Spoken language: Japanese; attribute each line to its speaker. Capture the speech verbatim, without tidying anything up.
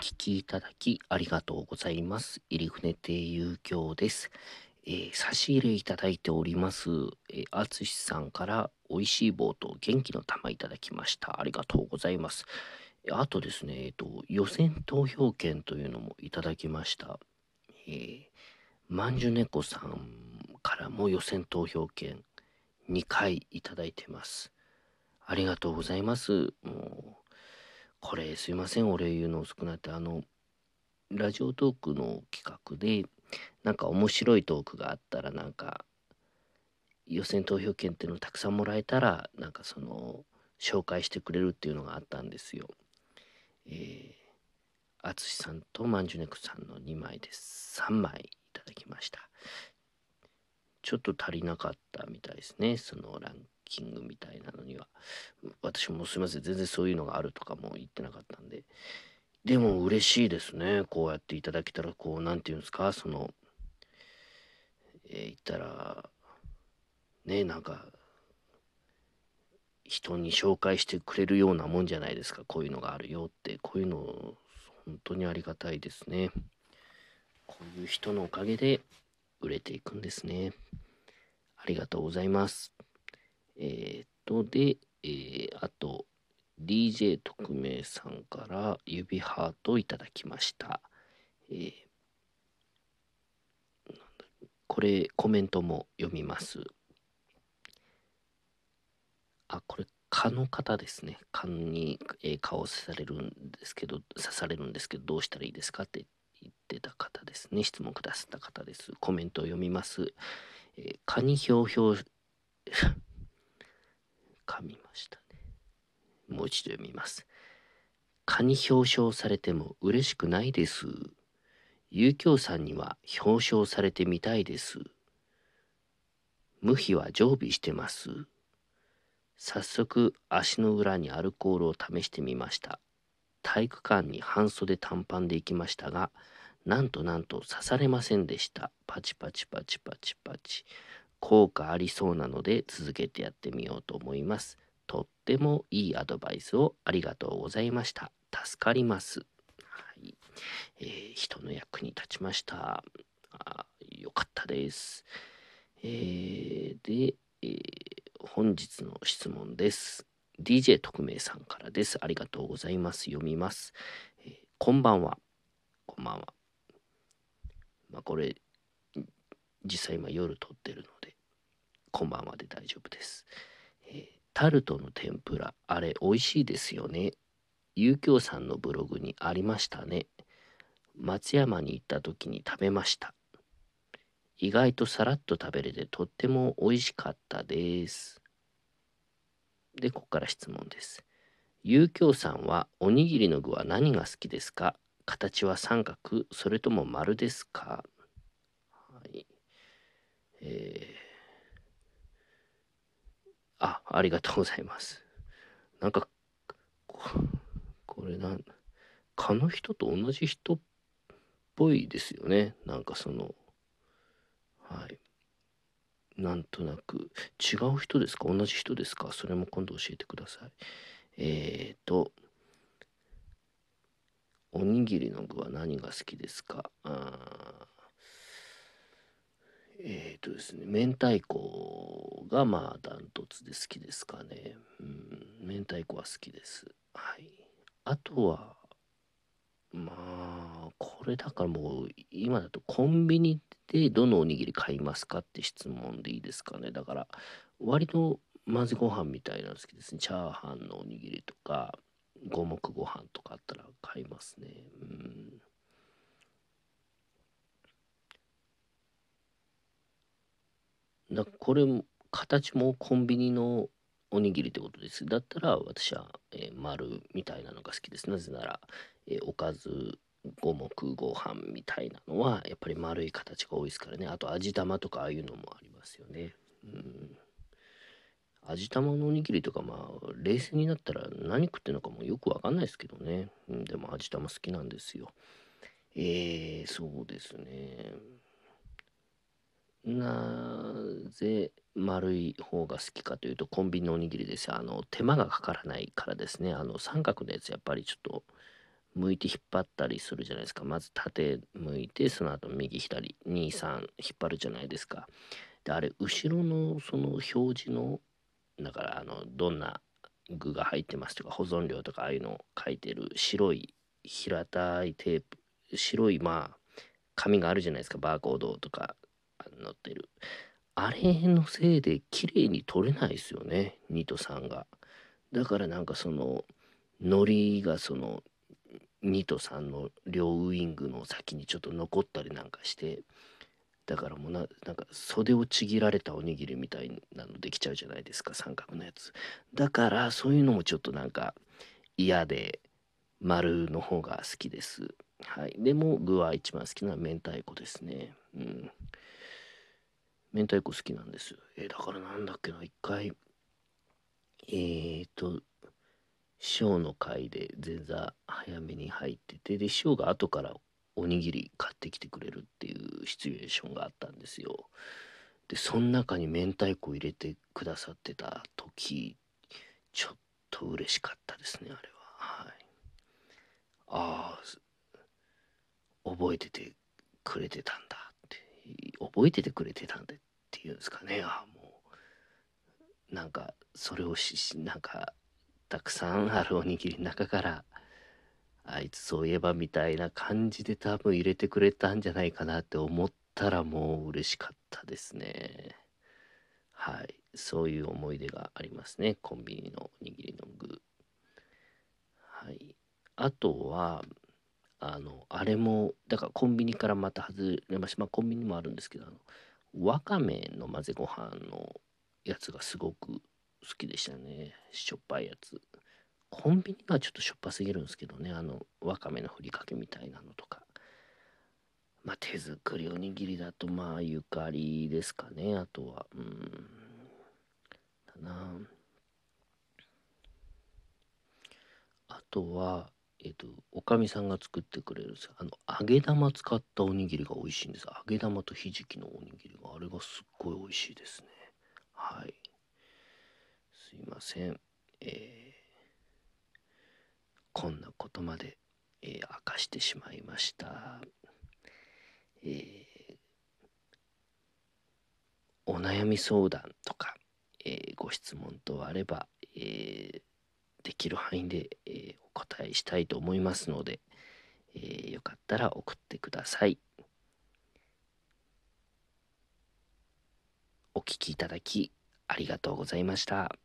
Speaker 1: 聞きいただきありがとうございます。入船亭遊興です。えー差し入れいただいております。えー、あつしさんから美味しい棒と元気の玉いただきました。ありがとうございます。えーあとですね、えっと、予選投票券というのもいただきました。えー、まんじゅ猫さんからも予選投票券にかいいただいてます。ありがとうございます。もう、これすいません、お礼言うの遅くなって、あの、ラジオトークの企画で、なんか面白いトークがあったら、なんか予選投票券っていうのをたくさんもらえたら、なんかその、紹介してくれるっていうのがあったんですよ。えー、あつしさんとまんじゅねこさんのにまいです。さんまいいただきました。ちょっと足りなかったみたいですね。そのランキングみたいなのには。私もすいません。全然そういうのがあるとかも言ってなかったんで。でも嬉しいですね。こうやっていただけたら、こう、なんていうんですか、その、えー言ったら、ね、なんか、人に紹介してくれるようなもんじゃないですか。こういうのがあるよって。こういうの、本当にありがたいですね。こういう人のおかげで売れていくんですね。ありがとうございます。えーっと、で、えーあと、ディージェー 特命さんから指ハートいただきました。えーこれ、コメントも読みます。あ、これ、蚊の方ですね。蚊に、えー蚊を刺されるんですけど、刺されるんですけど、どうしたらいいですかって言ってた方ですね。質問くださった方です。コメントを読みます。えー蚊にひょうひょう、噛みましたね。もう一度読みます。蚊に表彰されても嬉しくないです。遊興さんには表彰されてみたいです。無比は常備してます。早速、足の裏にアルコールを試してみました。体育館に半袖短パンで行きましたが、なんとなんと刺されませんでした。パチパチパチパチパチ。効果ありそうなので続けてやってみようと思います。とってもいいアドバイスをありがとうございました。助かります。はい。えー人の役に立ちました。あーよかったです。えーで、えー本日の質問です。ディージェー 特命さんからです。ありがとうございます。読みます。えーこんばんは。こんばんは。まあ、これ、実際今夜撮ってるので、こんばんはで大丈夫です。えータルトの天ぷら、あれ美味しいですよね。遊興さんのブログにありましたね。松山に行った時に食べました。意外とさらっと食べれてとっても美味しかったです。で、ここから質問です。遊興さんはおにぎりの具は何が好きですか？形は三角、それとも丸ですか？はい。えー、あ、ありがとうございます。なんか、ここれなん、蚊の人と同じ人っぽいですよね。なんかその、はい。なんとなく、違う人ですか？同じ人ですか？それも今度教えてください。えーと、おにぎりの具は何が好きですか？あえーとですね、明太子がまあダントツで好きですかね。うん、明太子は好きです。はい。あとは、まあ、これだからもう、今だとコンビニでどのおにぎり買いますかって質問でいいですかね。だから、割と混ぜご飯みたいなの好きですね。チャーハンのおにぎりとか、五目ご飯とかあったら買いますね。うん。だこれも、形もコンビニのおにぎりってことです。だったら私は、えー丸みたいなのが好きです。なぜなら、えーおかず五目ご飯みたいなのはやっぱり丸い形が多いですからね。あと味玉とかああいうのもありますよね。うん。味玉のおにぎりとかまあ冷静になったら何食ってんのかもよくわかんないですけどね。うん、でも味玉好きなんですよ。えー、そうですね。なぜ丸い方が好きかというと、コンビニのおにぎりですよ。あの、手間がかからないからですね。あの、三角のやつ、やっぱりちょっと向いて引っ張ったりするじゃないですか。まず縦向いて、その後右左にさん引っ張るじゃないですか。であれ後ろのその表示の、だからあのどんな具が入ってますとか保存料とかああいうのを書いてる白い平たいテープ、白いまあ紙があるじゃないですか。バーコードとか載ってるあれのせいで綺麗に取れないですよね、にとさんが。だからなんかその糊がそのにとさんの両ウイングの先にちょっと残ったりなんかして、だからもうな、なんか袖をちぎられたおにぎりみたいなのできちゃうじゃないですか、三角のやつ。だからそういうのもちょっとなんか嫌で、丸の方が好きです。はい。でも具は一番好きなのは明太子ですね。うん。明太子好きなんですよ。えーだからなんだっけな、一回、えーと、師匠の会で前座早めに入ってて、で、師匠が後からおにぎり買ってきてくれるっていうシチュエーションがあったんですよ。で、その中に明太子入れてくださってた時、ちょっと嬉しかったですね、あれは。はい。ああ、覚えててくれてたんだって、覚えててくれてたんだっていうんですかね。ああ、もう、なんか、それをし、しなんか、たくさんあるおにぎりの中から、あいつそういえばみたいな感じで多分入れてくれたんじゃないかなって思ったらもう嬉しかったですね。はい。そういう思い出がありますね。コンビニのおにぎりの具。はい。あとは、あの、あれも、だからコンビニからまた外れました。まあコンビニもあるんですけど、あの、わかめの混ぜご飯のやつがすごく好きでしたね。しょっぱいやつ。コンビニはちょっとしょっぱすぎるんですけどね。あの、わかめのふりかけみたいなのとか。まあ手作りおにぎりだと、まあゆかりですかね。あとは、うん、だな。あとは、えっと、おかみさんが作ってくれるさ、あの、揚げ玉使ったおにぎりが美味しいんです。揚げ玉とひじきのおにぎりが、あれがすっごい美味しいですね。はい。すいません。えーこんなことまで、えー明かしてしまいました。えーお悩み相談とか、えーご質問等あれば、えーできる範囲で、えーお答えしたいと思いますので、えーよかったら送ってください。お聞きいただきありがとうございました。